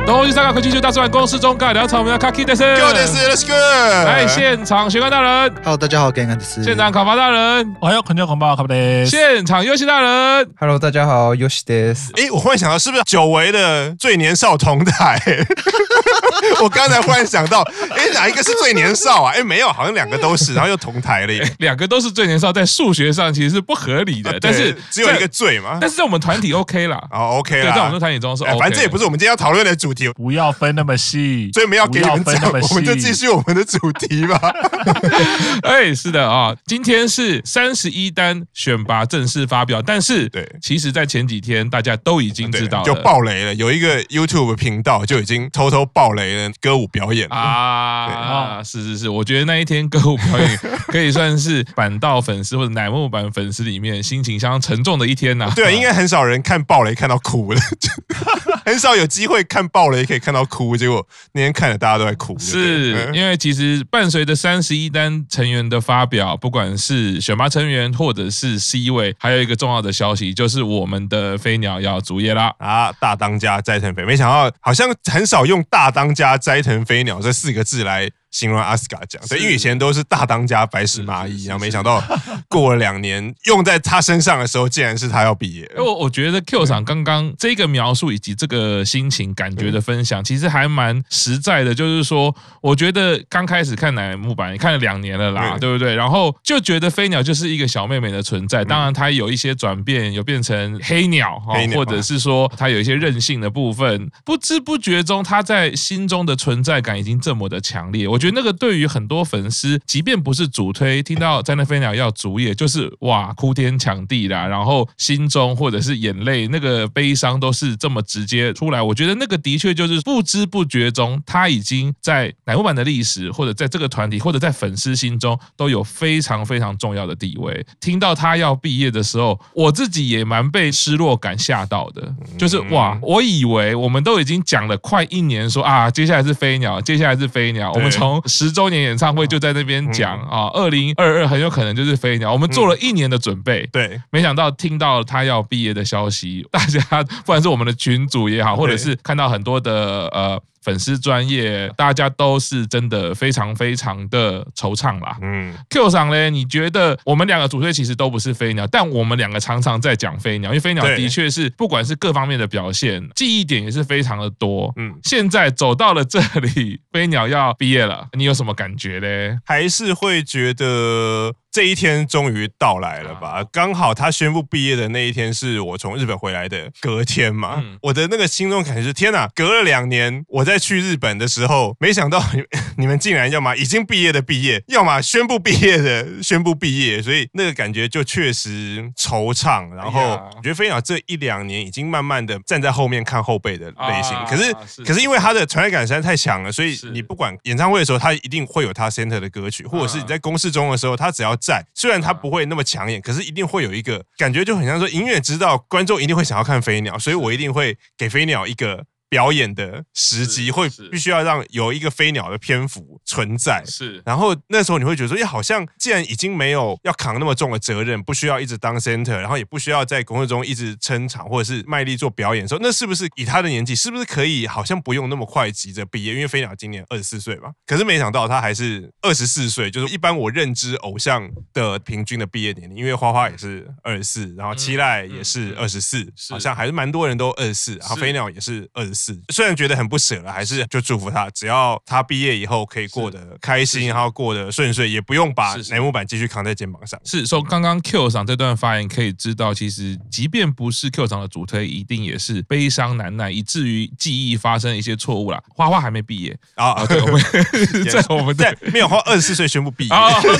东西三个科技就大自然公司中尬聊草莓卡 K 的是 Go this let's go。 来现场玄关大人 ，Hello， 大家好，Gang的是现场烤法大人， おはよう、こんにちは、こんばんは、カブです。 现场游戏大人 ，Hello， 大家好，Yoshiです。 我忽然想到，是不是久违的最年少同台？我刚才忽然想到，哪一个是最年少啊？没有，好像两个都是，然后又同台了耶。 两个都是最年少，在数学上其实是不合理的，但是只有一个最嘛。 但是在我们团体 OK 啦， 哦 OK 啦， 对，在我们团体中是 OK， 反正这也不是我们今天要讨论的主题， 不要分那么细， 所以我们要给你们讲，我们就继续我们的主题吧。 是的啊，今天是31单选拔正式发表，但是对， 其实在前几天大家都已经知道了， 就爆雷了，有一个 YouTube 频道就已经偷偷爆雷了歌舞表演啊，是，我觉得那一天歌舞表演可以算是板道粉丝或者乃木坂粉丝里面心情相当沉重的一天呐。 对，应该很少人看爆雷看到哭了，很少有机会看爆雷可以看到哭，结果那天看了大家都在哭。 是因为其实伴随着31单成员的发表，不管是选拔成员或者是 C 位，还有一个重要的消息就是我们的飞鸟要卒业啦！ 啊，大当家斋藤飞，没想到好像很少用大当家斋藤飞鸟这4个字来形容阿斯卡奖，对，因为以前都是大当家白石麻衣，然后没想到过了2年，用在他身上的时候，竟然是他要毕业。 我觉得 Q 厂刚刚这个描述以及这个心情感觉的分享，其实还蛮实在的。就是说，我觉得刚开始看乃木坂，看了2年了啦，对不对？然后就觉得飞鸟就是一个小妹妹的存在，当然它有一些转变，有变成黑鸟，或者是说它有一些任性的部分，不知不觉中，它在心中的存在感已经这么的强烈。我觉得那个对于很多粉丝，即便不是主推，听到斋藤飞鸟要卒业，就是哇哭天抢地啦，然后心中或者是眼泪那个悲伤都是这么直接出来。我觉得那个的确就是不知不觉中，他已经在乃木坂的历史，或者在这个团体，或者在粉丝心中都有非常非常重要的地位。听到他要毕业的时候，我自己也蛮被失落感吓到的，就是哇，我以为我们都已经讲了快1年说啊，接下来是飞鸟，接下来是飞鸟，我们从10周年演唱会就在那边讲啊，2022很有可能就是飞鸟。我们做了1年的准备， 对， 没想到听到他要毕业的消息，大家不管是我们的群组也好，或者是看到很多的粉丝专业，大家都是真的非常非常的惆怅啦。Q 厂嘞，你觉得我们2个主推其实都不是飞鸟，但我们2个常常在讲飞鸟，因为飞鸟的确是不管是各方面的表现，记忆点也是非常的多。现在走到了这里，飞鸟要毕业了，你有什么感觉嘞？ 还是会觉得这一天终于到来了吧？刚好他宣布毕业的那一天是我从日本回来的隔天嘛。我的那个心中感觉是天哪，隔了2年，我在去日本的时候，没想到你们竟然要么已经毕业的毕业，要么宣布毕业的宣布毕业，所以那个感觉就确实惆怅。然后我觉得飞鸟这1-2年已经慢慢的站在后面看后辈的类型，可是因为他的传染感实在太强了，所以你不管演唱会的时候，他一定会有他 center 的歌曲，或者是你在公示中的时候，他只要在，虽然他不会那么抢眼，可是一定会有一个感觉，就很像说音乐知道观众一定会想要看飞鸟，所以我一定会给飞鸟一个表演的时机，会必须要让有一个飞鸟的篇幅存在。然后那时候你会觉得说，好像既然已经没有要扛那么重的责任，不需要一直当 center， 然后也不需要在公会中一直撑场或者是卖力做表演的时候，那是不是以他的年纪，是不是可以好像不用那么快急着毕业？因为飞鸟今年24岁嘛，可是没想到他还是24岁，就是一般我认知偶像的平均的毕业年龄，因为花花也是24，然后七濑也是24，好像还是蛮多人都24，然后飞鸟也是24。虽然觉得很不舍了，还是就祝福他，只要他毕业以后可以过得开心，然后过得顺遂，也不用把乃木坂继续扛在肩膀上。 从刚刚 Q 厂这段发言可以知道，其实即便不是 Q 厂的主推，一定也是悲伤难耐，以至于记忆发生一些错误啦。花花还没毕业啊，对，我们在没有花24岁宣布毕业。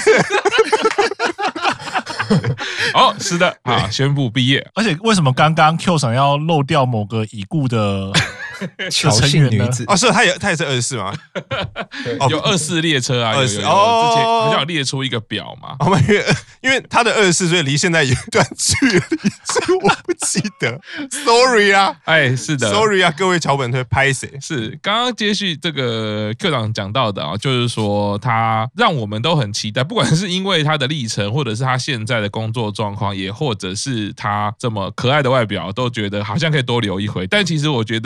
是的啊，宣布毕业。 而且为什么刚刚 Q 厂要漏掉某个已故的乔姓女子？ 是他也是24吗？ 有24列车啊，有之前好像有列出一个表嘛。 因为他的24岁离现在有一段距离，所以我不记得。Sorry 啊， 是的 ，Sorry 啊，各位桥本推拍谁？ 是刚刚接续这个 Q 长讲到的啊，就是说他让我们都很期待，不管是因为他的历程，或者是他现在的工作状况，也或者是他这么可爱的外表，都觉得好像可以多留一回。但其实我觉得，就是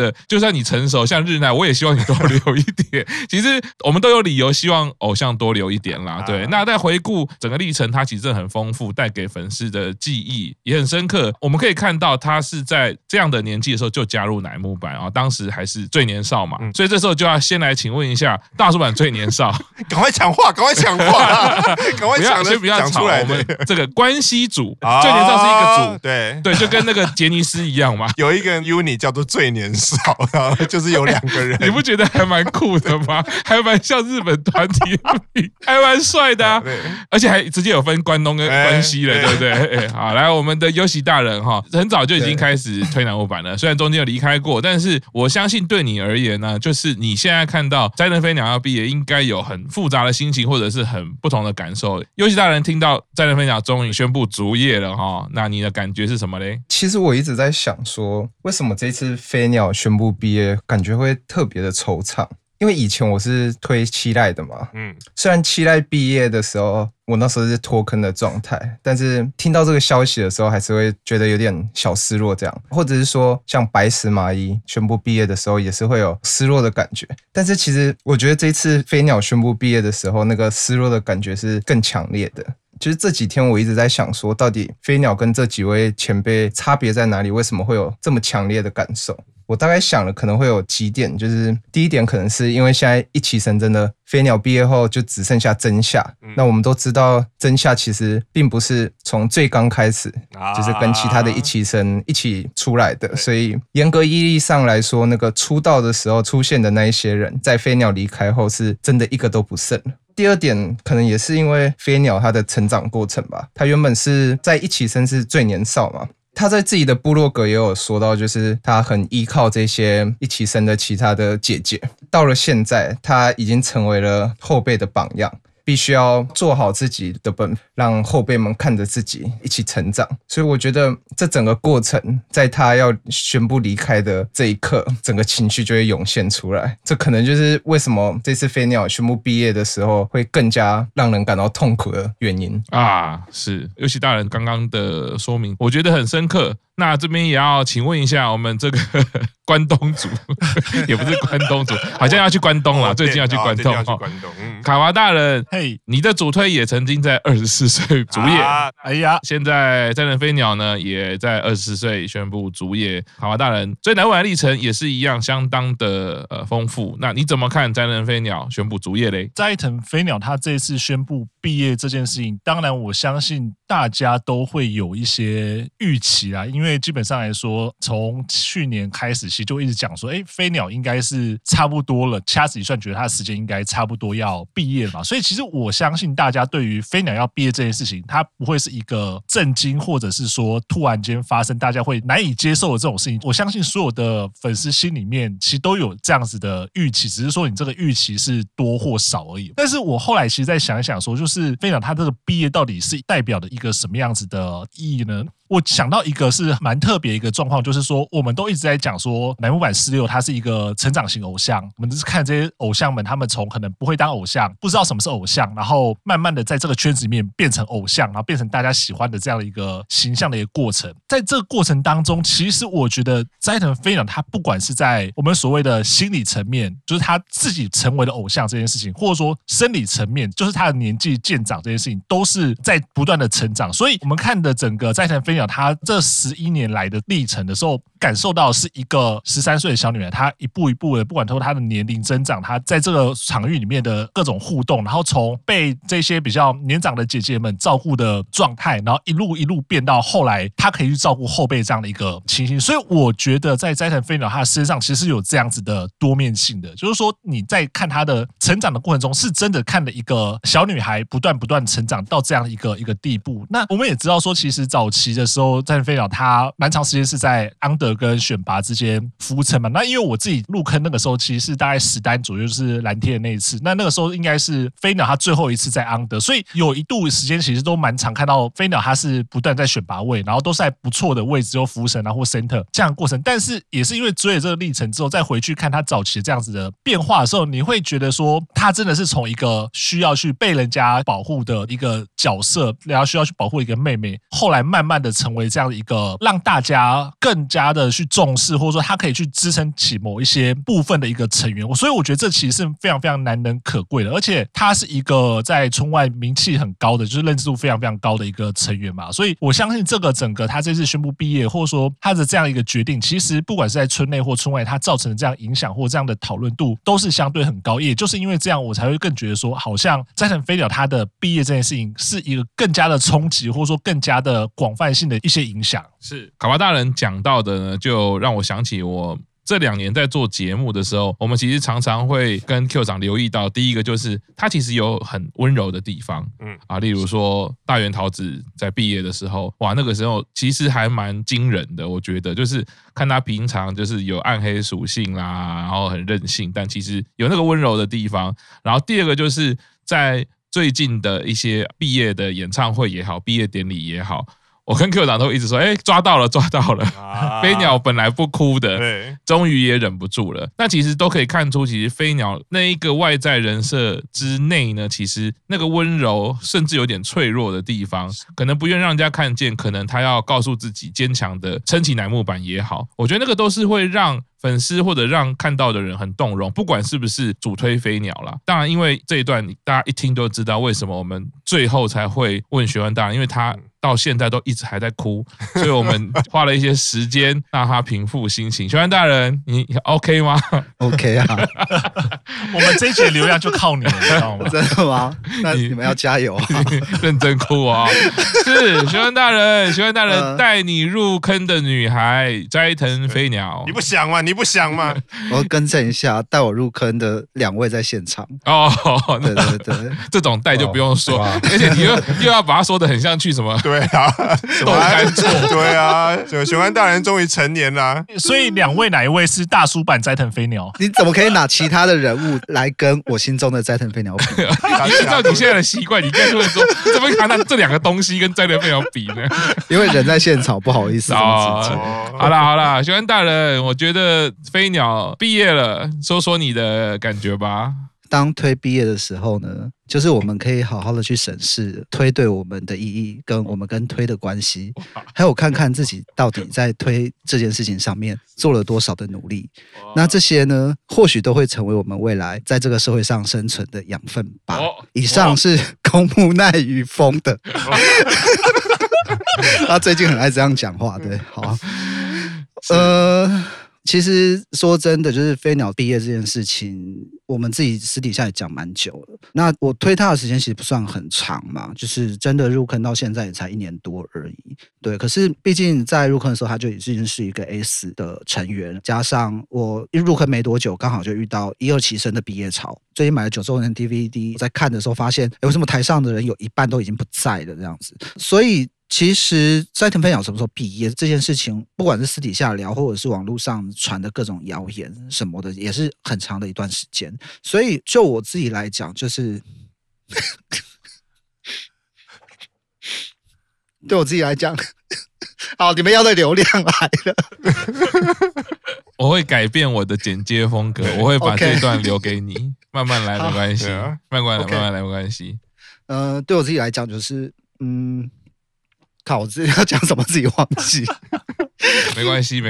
算你成熟，像日奈，我也希望你多留一点。其实我们都有理由希望偶像多留一点啦。对，那在回顾整个历程，它其实很丰富，带给粉丝的记忆也很深刻。我们可以看到，他是在这样的年纪的时候就加入乃木坂啊，当时还是最年少嘛，所以这时候就要先来请问一下大叔坂最年少， 赶快抢话，赶快抢话，赶快抢先不要吵， 出来。 我们这个关西组最年少是一个组， 对， 就跟那个杰尼斯一样嘛， 有一个 unit 叫做最年少，然后就是有2个人， 你不觉得还蛮酷的吗？还蛮像日本团体，还蛮帅的啊！而且还直接有分关东跟关西了，对不对？好，来我们的优喜大人哈，很早就已经开始推乃木坂了，虽然中间有离开过，但是我相信对你而言呢，就是你现在看到斋藤飞鸟要毕业，应该有很复杂的心情，或者是很不同的感受。优喜大人听到斋藤飞鸟终于宣布卒业了哈，那你的感觉是什么嘞？ 其实我一直在想说，为什么这次飞鸟宣布毕业，感觉会特别的惆怅？因为以前我是推七濑的嘛，虽然七濑毕业的时候，我那时候是脱坑的状态，但是听到这个消息的时候，还是会觉得有点小失落这样，或者是说像白石麻衣宣布毕业的时候，也是会有失落的感觉。但是其实我觉得这一次飞鸟宣布毕业的时候，那个失落的感觉是更强烈的。就是这几天我一直在想说，到底飞鸟跟这几位前辈差别在哪里？为什么会有这么强烈的感受？我大概想了可能会有几点，就是第一点可能是因为现在一期生真的飞鸟毕业后就只剩下真夏，那我们都知道真夏其实并不是从最刚开始就是跟其他的一期生一起出来的，所以严格意义上来说，那个出道的时候出现的那一些人在飞鸟离开后是真的一个都不剩了。第二点可能也是因为飞鸟他的成长过程吧，他原本是在一期生是最年少嘛，他在自己的部落格也有说到，就是他很依靠这些一起生的其他的姐姐，到了现在他已经成为了后辈的榜样，必须要做好自己的本分，让后辈们看着自己一起成长。所以我觉得这整个过程在他要宣布离开的这一刻，整个情绪就会涌现出来，这可能就是为什么这次飞鸟宣布毕业的时候会更加让人感到痛苦的原因啊。是尤其大人刚刚的说明我觉得很深刻。那这边也要请问一下我们这个关东组也不是关东组，好像要去关东了，最近要去关东。卡娃大人，嘿，你的主推也曾经在24岁卒业，哎呀，现在斋藤飞鸟呢也在24岁宣布卒业。卡娃大人追乃木坂的历程也是一样相当的丰富，那你怎么看斋藤飞鸟宣布卒业嘞？ 斋藤飞鸟他这次宣布毕业这件事情，当然我相信大家都会有一些预期啦，因为基本上来说，从去年开始，其实就一直讲说，飞鸟应该是差不多了，掐指一算，觉得他的时间应该差不多要毕业了嘛。所以其实我相信大家对于飞鸟要毕业这件事情，它不会是一个震惊，或者是说突然间发生，大家会难以接受的这种事情。我相信所有的粉丝心里面其实都有这样子的预期，只是说你这个预期是多或少而已。但是我后来其实再想一想说，就是飞鸟他这个毕业到底是代表的一个什么样子的意义呢？我想到一个是蛮特别一个状况，就是说我们都一直在讲说乃木坂46它是一个成长型偶像，我们就是看这些偶像们，他们从可能不会当偶像，不知道什么是偶像，然后慢慢的在这个圈子里面变成偶像，然后变成大家喜欢的这样的一个形象的一个过程。在这个过程当中，其实我觉得斋藤飞鸟他不管是在我们所谓的心理层面，就是他自己成为了偶像这件事情，或者说生理层面，就是他的年纪渐长这件事情，都是在不断的成长。所以我们看的整个斋藤飞鸟他这11年来的历程的时候，感受到是一个13岁的小女孩，她一步一步的，不管透过她的年龄增长，她在这个场域里面的各种互动，然后从被这些比较年长的姐姐们照顾的状态，然后一路变到后来她可以去照顾后辈这样的一个情形。所以我觉得在斋藤飞鸟她的身上其实有这样子的多面性的，就是说你在看她的成长的过程中，是真的看了一个小女孩不断成长到这样一个地步。那我们也知道说，其实早期的时候斋藤飞鸟她蛮长时间是在under跟选拔之间浮沉嘛。那因为我自己入坑那个时候其实是大概10单左右，就是蓝天的那一次，那个时候应该是飞鸟他最后一次在 under， 所以有一度时间其实都蛮常看到飞鸟他是不断在选拔位，然后都是在不错的位置，就服神啊或 center 这样的过程。但是也是因为追了这个历程之后，再回去看他早期这样子的变化的时候，你会觉得说他真的是从一个需要去被人家保护的一个角色，然后需要去保护一个妹妹，后来慢慢的成为这样的一个让大家更加的去重视，或者说他可以去支撑起某一些部分的一个成员。所以我觉得这其实是非常非常难能可贵的，而且他是一个在村外名气很高的，就是认知度非常非常高的一个成员嘛。所以我相信这个整个他这次宣布毕业，或者说他的这样一个决定，其实不管是在村内或村外，他造成的这样影响或这样的讨论度都是相对很高。也就是因为这样，我才会更觉得说，好像斋藤飞鸟他的毕业这件事情是一个更加的冲击，或者说更加的广泛性的一些影响。 是卡巴大人讲到的呢，就让我想起我这2年在做节目的时候，我们其实常常会跟 Q 长留意到，第一个就是他其实有很温柔的地方，例如说大原桃子在毕业的时候，哇，那个时候其实还蛮惊人的，我觉得就是看他平常就是有暗黑属性啦，然后很任性，但其实有那个温柔的地方。然后第二个就是在最近的一些毕业的演唱会也好，毕业典礼也好，我跟 Q 长都一直说，抓到了，抓到了。飞鸟本来不哭的，终于也忍不住了。那其实都可以看出，其实飞鸟那一个外在人设之内呢，其实那个温柔甚至有点脆弱的地方，可能不愿让人家看见，可能他要告诉自己坚强的撑起乃木坂也好，我觉得那个都是会让粉丝或者让看到的人很动容，不管是不是主推飞鸟啦。当然，因为这一段大家一听就知道为什么我们最后才会问学问大人，因为他到现在都一直还在哭，所以我们花了一些时间让他平复心情。学问大人，你 OK 吗 ？OK 啊， 我们这一节流量就靠你了，你知道吗？ 真的吗？那你们要加油啊！ 认真哭啊！是学问大人，学问大人带你入坑的女孩斋藤飞鸟， 你不想吗？你不想吗？ 我更正一下，带我入坑的2位在现场。对对对， 这种带就不用说，而且你又要把它说的很像去什么？ 对啊， 豆干做。 对啊，玄关大人终于成年了。 所以2位哪一位是大叔版斋藤飞鸟？ 你怎么可以拿其他的人物来跟我心中的斋藤飞鸟比？ 因为照你现在的习惯，你该会说怎么拿这2个东西跟斋藤飞鸟比呢？ 因为人在现场，不好意思。 好啦，玄关大人，我觉得飞鸟毕业了，说说你的感觉吧。 当推毕业的时候呢，就是我们可以好好的去审视推对我们的意义，跟我们跟推的关系，还有看看自己到底在推这件事情上面做了多少的努力。那这些呢，或许都会成为我们未来在这个社会上生存的养分吧。以上是公木奈于风的，他最近很爱这样讲话，对，好，其实说真的，就是飞鸟毕业这件事情，我们自己私底下也讲蛮久了。那我推他的时间其实不算很长嘛，就是真的入坑到现在也才1年多而已。对，可是毕竟在入坑的时候，他就已经是一个 S 的成员，加上我一入坑没多久，刚好就遇到1、2期生的毕业潮。最近买了9周年 DVD， 在看的时候发现，为什么台上的人有一半都已经不在了这样子？所以其实斋藤飞鸟什么时候毕业这件事情，不管是私底下聊，或者是网络上传的各种谣言什么的，也是很长的一段时间。所以就我自己来讲，就是对我自己来讲，好，你们要的流量来了。 我会改变我的剪接风格，我会把这段留给你，慢慢来，没关系，慢慢来，没关系。 对我自己来讲，就是靠，我自己要讲什么自己忘记， 没关系。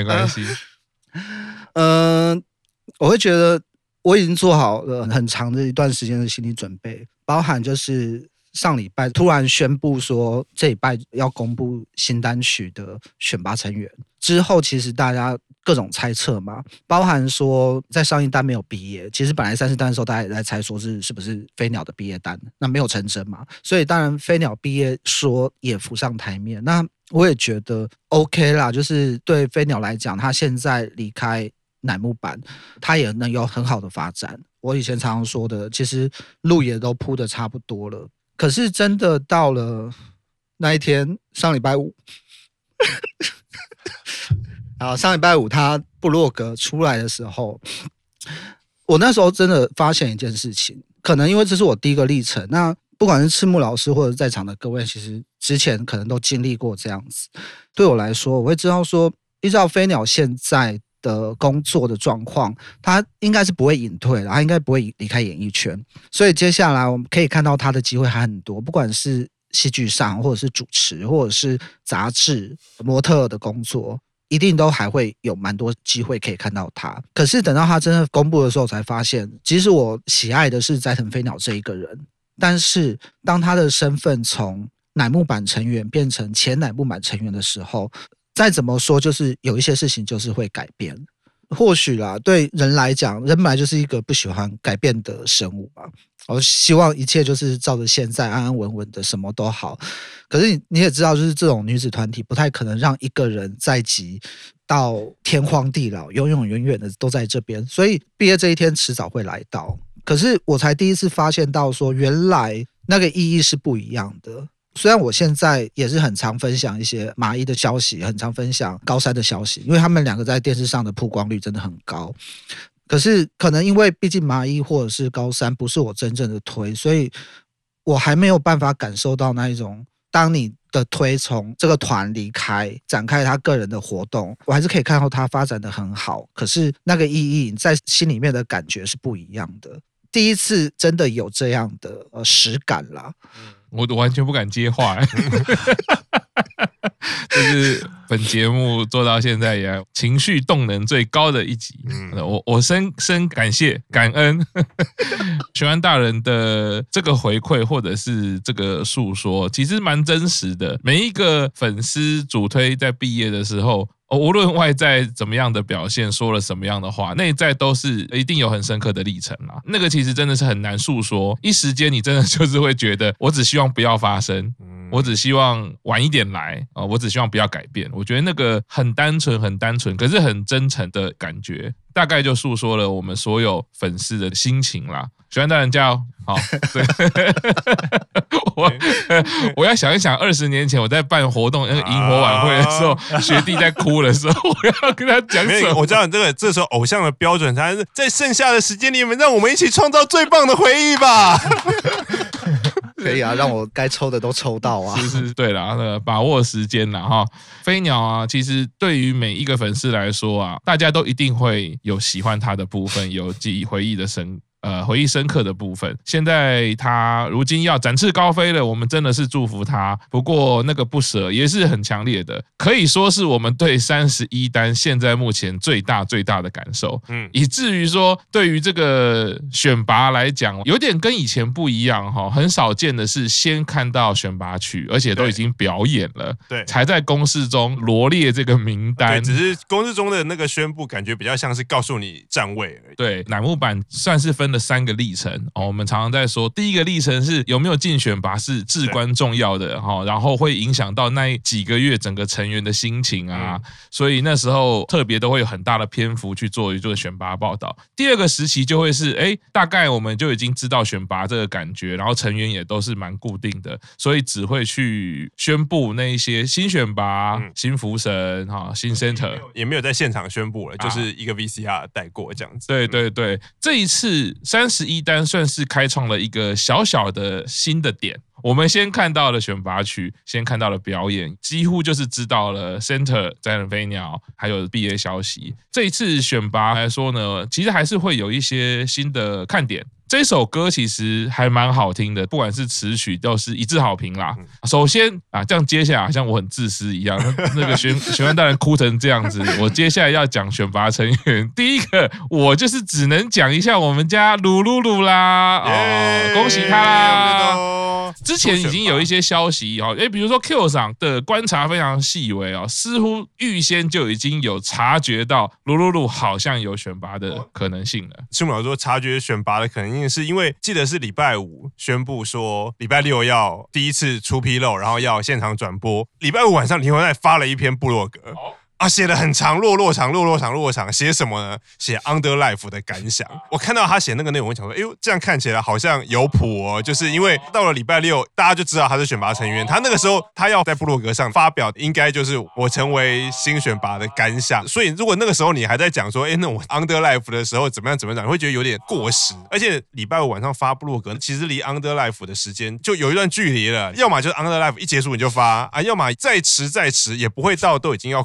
我会觉得我已经做好了很长的一段时间的心理准备，包含就是上礼拜突然宣布说这礼拜要公布新单曲的选拔成员之后，其实大家各种猜测嘛，包含说在上一单没有毕业，其实本来3、4单的时候大家也在猜说是不是飞鸟的毕业单，那没有成真嘛，所以当然飞鸟毕业说也浮上台面。那我也觉得 OK 啦，就是对飞鸟来讲，他现在离开乃木坂，他也能有很好的发展。我以前常常说的，其实路也都铺得差不多了，可是真的到了那一天，上礼拜五好，上礼拜五他部落格出来的时候，我那时候真的发现一件事情，可能因为这是我第一个历程，那不管是赤木老师或者在场的各位，其实之前可能都经历过这样子。对我来说，我会知道说，依照飞鸟现在的工作的状况，他应该是不会隐退了，他应该不会离开演艺圈，所以接下来我们可以看到他的机会还很多，不管是戏剧上，或者是主持，或者是杂志、模特的工作，一定都还会有蛮多机会可以看到他。可是等到他真的公布的时候，才发现，即使我喜爱的是斋藤飞鸟这一个人，但是当他的身份从乃木坂成员变成前乃木坂成员的时候，再怎么说，就是有一些事情就是会改变。或许啦，对人来讲，人本来就是一个不喜欢改变的生物嘛。我希望一切就是照着现在安安稳稳的，什么都好。可是你也知道，就是这种女子团体不太可能让一个人在籍到天荒地老，永永远远的都在这边。所以毕业这一天迟早会来到。可是我才第一次发现到说，原来那个意义是不一样的。虽然我现在也是很常分享一些麻衣的消息，很常分享高山的消息，因为他们两个在电视上的曝光率真的很高。可是可能因为毕竟麻衣或者是高山不是我真正的推，所以我还没有办法感受到那一种，当你的推从这个团离开，展开他个人的活动，我还是可以看到他发展的很好。可是那个意义在心里面的感觉是不一样的。第一次真的有这样的实感啦。 我完全不敢接话，就是本节目做到现在也情绪动能最高的一集，我深感谢感恩玄安大人的这个回馈或者是这个诉说，其实蛮真实的。每一个粉丝主推在毕业的时候，无论外在怎么样的表现，说了什么样的话，内在都是一定有很深刻的历程啦。那个其实真的是很难诉说，一时间你真的就是会觉得，我只希望不要发生，我只希望晚一点来，我只希望不要改变。我觉得那个很单纯，可是很真诚的感觉，大概就诉说了我们所有粉丝的心情啦。玄安大人加油！好，对，我要想一想，20年前我在办活动那个萤火晚会的时候，学弟在哭的时候，我要跟他讲什么？ 我知道你这时候偶像的标准，他是在剩下的时间里面，让我们一起创造最棒的回忆吧。 可以啊，让我该抽的都抽到啊！ 是，对啦，把握时间啦哈。飞鸟啊，其实对于每一个粉丝来说啊，大家都一定会有喜欢他的部分，有记忆回忆的回忆深刻的部分。现在他如今要展翅高飞了，我们真的是祝福他。不过那个不舍也是很强烈的，可以说是我们对31单现在目前最大的感受。以至于说对于这个选拔来讲，有点跟以前不一样哈。很少见的是先看到选拔曲，而且都已经表演了，对，才在公示中罗列这个名单。 对，只是公示中的那个宣布，感觉比较像是告诉你站位而已。 对，乃木坂算是分了3个历程我们常常在说，第一个历程是有没有进选拔是至关重要的然后会影响到那几个月整个成员的心情啊，所以那时候特别都会有很大的篇幅去做选拔报道。第二个时期就会是大概我们就已经知道选拔这个感觉，然后成员也都是蛮固定的，所以只会去宣布那一些新选拔、新福神新 center， 也没有在现场宣布了，就是一个 VCR 带过这样子。 对，这一次31单算是开创了一个小小的新的点。我们先看到了选拔曲，先看到了表演，几乎就是知道了 Center 斋藤飞鸟还有毕业消息。这一次选拔来说呢，其实还是会有一些新的看点。这首歌其实还蛮好听的，不管是词曲都是一致好评啦。首先这样接下来好像我很自私一样，那个玄安大人哭成这样子，我接下来要讲选拔成员。第一个，我就是只能讲一下我们家鲁鲁鲁啦，恭喜他啦！之前已经有一些消息比如说 Q 赏的观察非常细微似乎预先就已经有察觉到鲁鲁鲁好像有选拔的可能性了。 赤木老师说察觉选拔的可能性，是因为记得是礼拜5宣布说礼拜6要第一次出纰漏，然后要现场转播。礼拜5晚上林宏泰发了一篇部落格。写得很长，落长，写什么呢？写 Under Life 的感想。我看到他写那个内容，我想说，这样看起来好像有谱就是因为到了礼拜6，大家就知道他是选拔成员。他那个时候他要在部落格上发表，应该就是我成为新选拔的感想。所以如果那个时候你还在讲说，那我 Under Life 的时候怎么样，你会觉得有点过时。而且礼拜5晚上发部落格，其实离 Under Life 的时间就有一段距离了。要么就是 Under Life 一结束你就发要么再迟也不会到都已经要公布了。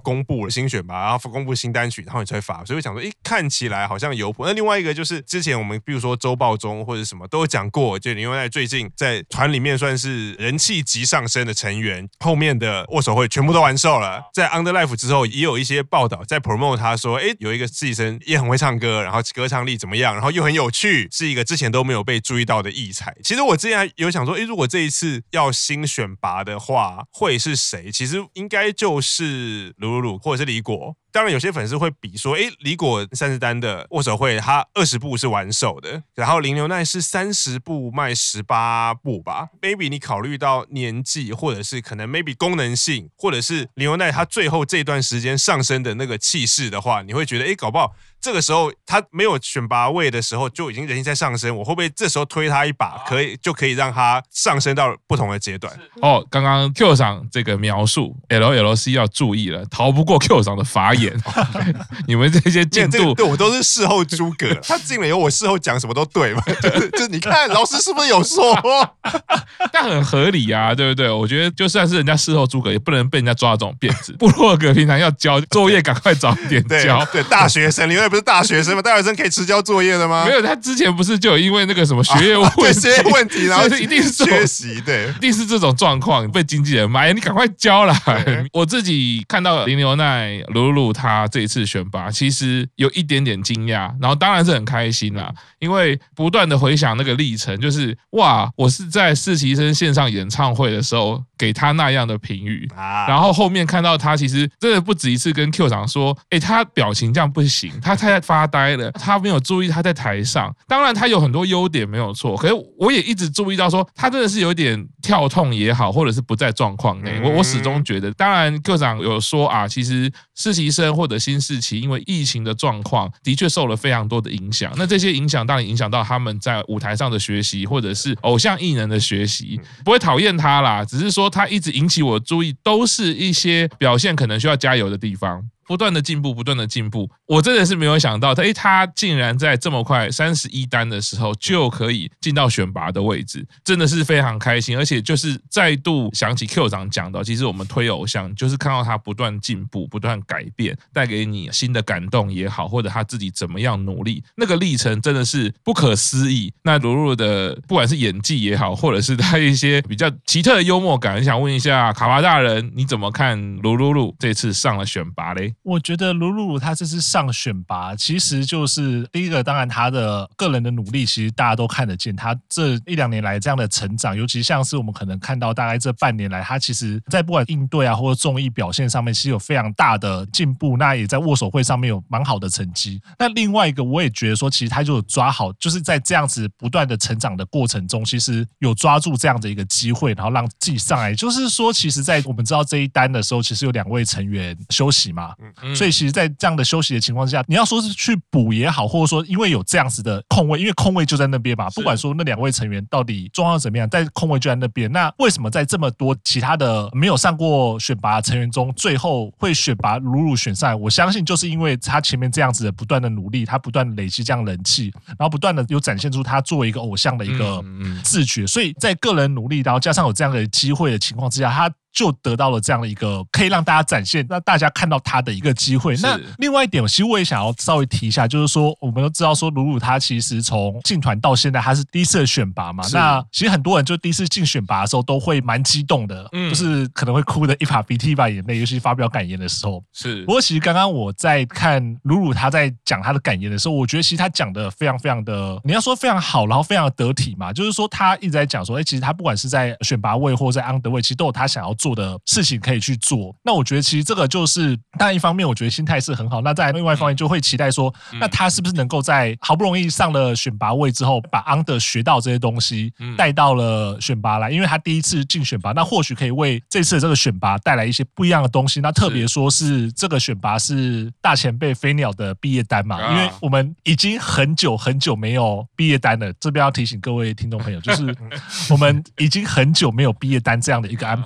了新选拔，然后公布新单曲，然后你才会发，所以我想说，看起来好像有谱。那另外一个就是之前我们比如说周报中或者什么都有讲过，就林佑奈最近在团里面算是人气急上升的成员，后面的握手会全部都完售了。在 Underlife 之后，也有一些报道在 promote 他说，有一个实习生也很会唱歌，然后歌唱力怎么样，然后又很有趣，是一个之前都没有被注意到的异才。其实我之前有想说，如果这一次要新选拔的话，会是谁？其实应该就是鲁鲁鲁或者是李果。当然有些粉丝会比说，李果30单的握手会他20部是完售的，然后林牛奈是30部卖18部吧 ，maybe 你考虑到年纪，或者是可能 maybe 功能性，或者是林牛奈他最后这段时间上升的那个气势的话，你会觉得搞不好这个时候他没有选拔位的时候就已经人气在上升，我会不会这时候推他一把，就可以让他上升到不同的阶段？ 刚刚 Q 赏这个描述 ，LLC 要注意了，逃不过 Q 赏的法眼。你们这些进度， 对我都是事后诸葛，他进了以后，我事后讲什么都对嘛，就是你看老师是不是有说？ 但很合理啊，对不对？我觉得就算是人家事后诸葛，也不能被人家抓这种辫子。部落格平常要交作业，赶快早点交。 对，大学生，因为不是大学生吗？大学生可以迟交作业的吗？ 没有，他之前不是就有因为那个什么学业问题， 然后一定是缺席，对， 一定是这种状况被经纪人骂，你赶快交啦。我自己看到林牛奈、鲁鲁他这一次选拔，其实有一点点惊讶，然后当然是很开心啦，因为不断的回想那个历程，就是哇，我是在实习生线上演唱会的时候给他那样的评语，然后后面看到他其实真的不止一次跟 Q 长说，他表情这样不行，他太发呆了，他没有注意他在台上，当然他有很多优点没有错，可是我也一直注意到说他真的是有点跳痛也好，或者是不在状况内，我始终觉得，当然 Q 长有说其实实习生或者新世奇因为疫情的状况的确受了非常多的影响，那这些影响当然影响到他们在舞台上的学习，或者是偶像艺人的学习，不会讨厌他啦，只是说他一直引起我的注意，都是一些表现可能需要加油的地方。不断的进步，不断的进步，我真的是没有想到，他竟然在这么快31单的时候就可以进到选拔的位置，真的是非常开心，而且就是再度想起 Q 长讲的，其实我们推偶像就是看到他不断进步，不断改变，带给你新的感动也好，或者他自己怎么样努力，那个历程真的是不可思议。那鲁鲁的不管是演技也好，或者是他一些比较奇特的幽默感，想问一下卡巴大人，你怎么看鲁鲁这次上了选拔嘞？ 我觉得鲁鲁他这次上选拔，其实就是第一个，当然他的个人的努力，其实大家都看得见。他这1-2年来这样的成长，尤其像是我们可能看到大概这半年来，他其实在不管应对或者综艺表现上面，其实有非常大的进步。那也在握手会上面有蛮好的成绩。那另外一个，我也觉得说，其实他就有抓好，就是在这样子不断的成长的过程中，其实有抓住这样的一个机会，然后让自己上来。就是说，其实在我们知道这一单的时候，其实有2位成员休息嘛。所以其实在这样的休息的情况之下，你要说是去补也好，或者说因为有这样子的空位，因为空位就在那边嘛，不管说那2位成员到底状况怎么样，在空位就在那边，那为什么在这么多其他的没有上过选拔的成员中，最后会选拔鲁鲁选上来？我相信就是因为他前面这样子的不断的努力，他不断的累积这样人气，然后不断的有展现出他作为一个偶像的一个自觉，所以在个人努力，然后加上有这样的机会的情况之下，他就得到了这样的一个可以让大家展现，让大家看到他的一个机会。那另外一点，其实我也想要稍微提一下，就是说我们都知道说鲁鲁他其实从进团到现在，他是第一次的选拔嘛。那其实很多人就第一次进选拔的时候都会蛮激动的，就是可能会哭的一把鼻涕一把眼泪，尤其发表感言的时候。 是。 不过其实刚刚我在看鲁鲁他在讲他的感言的时候，我觉得其实他讲的非常非常的，你要说非常好，然后非常的得体嘛。就是说他一直在讲说，其实他不管是在选拔位或在 under 位，其实都有他想要做的事情可以去做。那我觉得其实这个就是当然一方面我觉得心态是很好，那在另外一方面就会期待说，那他是不是能够在好不容易上了选拔位之后，把 under 学到这些东西带到了选拔来，因为他第一次进选拔，那或许可以为这次的这个选拔带来一些不一样的东西。那特别说是这个选拔是大前辈飞鸟的毕业单嘛，因为我们已经很久很久没有毕业单了，这边要提醒各位听众朋友，就是我们已经很久没有毕业单这样的一个安排了，所以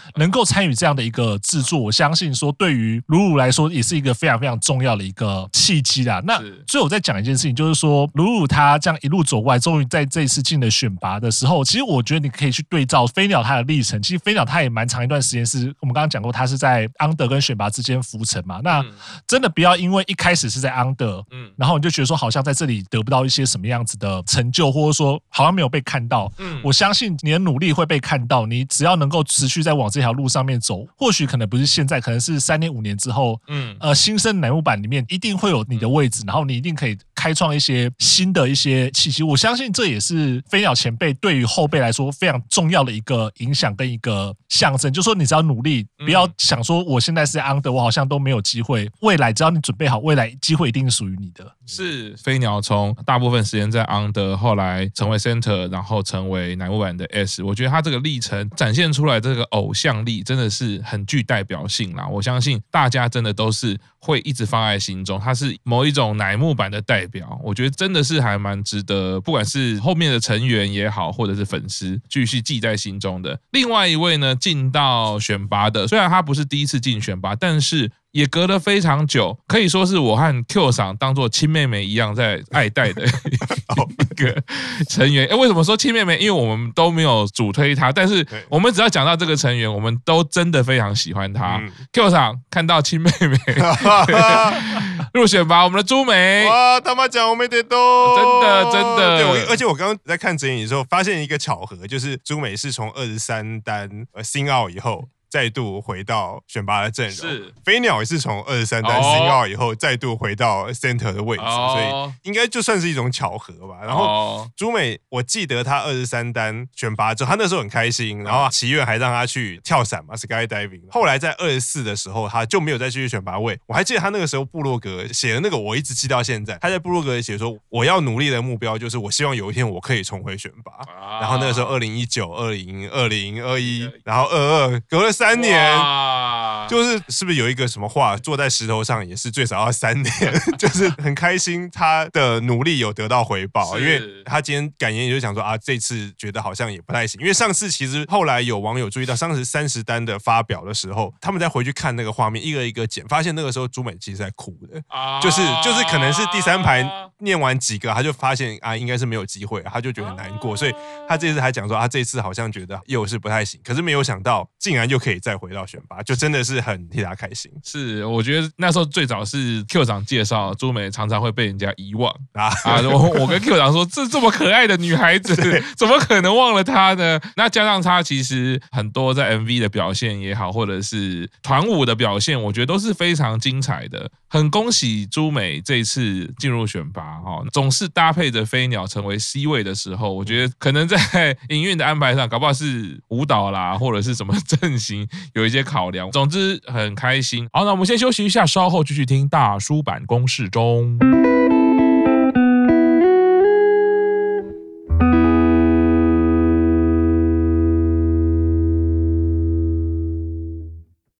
能够参与这样的一个制作，我相信说对于鲁鲁来说也是一个非常非常重要的一个契机啦。那最后我再讲一件事情，就是说鲁鲁他这样一路走过来，终于在这一次进了选拔的时候，其实我觉得你可以去对照飞鸟他的历程。其实飞鸟他也蛮长一段时间是我们刚刚讲过，他是在 under 跟选拔之间浮沉嘛。那真的不要因为一开始是在 under，然后你就觉得说好像在这里得不到一些什么样子的成就，或者说好像没有被看到。我相信你的努力会被看到，你只要能够持续在往这条路上面走，或许可能不是现在，可能是3年5年之后，新生乃木坂里面一定会有你的位置，然后你一定可以开创一些新的一些契机。我相信这也是飞鸟前辈对于后辈来说非常重要的一个影响跟一个象征，就是说你只要努力，不要想说我现在是 under， 我好像都没有机会，未来只要你准备好，未来机会一定是属于你的。 是飞鸟从大部分时间在 under， 后来成为 center， 然后成为乃木坂的 S， 我觉得他这个历程展现出来这个偶像力真的是很具代表性啦。我相信大家真的都是会一直放在心中，他是某一种乃木坂的代表，我觉得真的是还蛮值得，不管是后面的成员也好，或者是粉丝继续记在心中的。另外一位呢，进到选拔的，虽然他不是第一次进选拔，但是也隔了非常久，可以说是我和 Q 桑当做亲妹妹一样在爱戴的一个成员。为什么说亲妹妹？因为我们都没有主推她，但是我们只要讲到这个成员，我们都真的非常喜欢她。Q 桑看到亲妹妹入选拔，我们的朱美， 哇，他妈讲我没得多， 真的。 对，而且我刚刚在看整理的时候，发现一个巧合，就是朱美是从23单新奥以后再度回到选拔的阵容，是飞鸟也是从23单新奥以后再度回到 center 的位置，所以应该就算是一种巧合吧。然后朱美，我记得她23单选拔之后，她那时候很开心，然后祈愿还让她去跳伞嘛 ，skydiving。后来在24的时候，她就没有再继续选拔位。我还记得她那个时候部落格写的那个，我一直记到现在。她在部落格写说，我要努力的目标就是我希望有一天我可以重回选拔。然后那个时候2019、20、21，然后22，隔了3年，是不是有一个什么话，坐在石头上也是最少要3年，就是很开心他的努力有得到回报，因为他今天感言也就讲说啊，这次觉得好像也不太行，因为上次其实后来有网友注意到，上次30单的发表的时候，他们再回去看那个画面，一个一个剪，发现那个时候朱美其实在哭的，就是可能是第3排念完几个，他就发现啊，应该是没有机会，他就觉得很难过，所以他这次还讲说啊，这次好像觉得又是不太行，可是没有想到竟然又可以再回到选拔，就真的是很替他开心。 是，我觉得那时候最早是 Q 长介绍朱美常常会被人家遗忘我跟 Q 长说，这么可爱的女孩子，怎么可能忘了她呢？那加上她其实很多在 MV 的表现也好，或者是团舞的表现，我觉得都是非常精彩的。很恭喜朱美这一次进入选拔总是搭配着飞鸟成为 C 位的时候，我觉得可能在营运的安排上，搞不好是舞蹈啦，或者是什么阵型有一些考量。总之很开心。好，那我们先休息一下，稍后继续听大叔版公式中。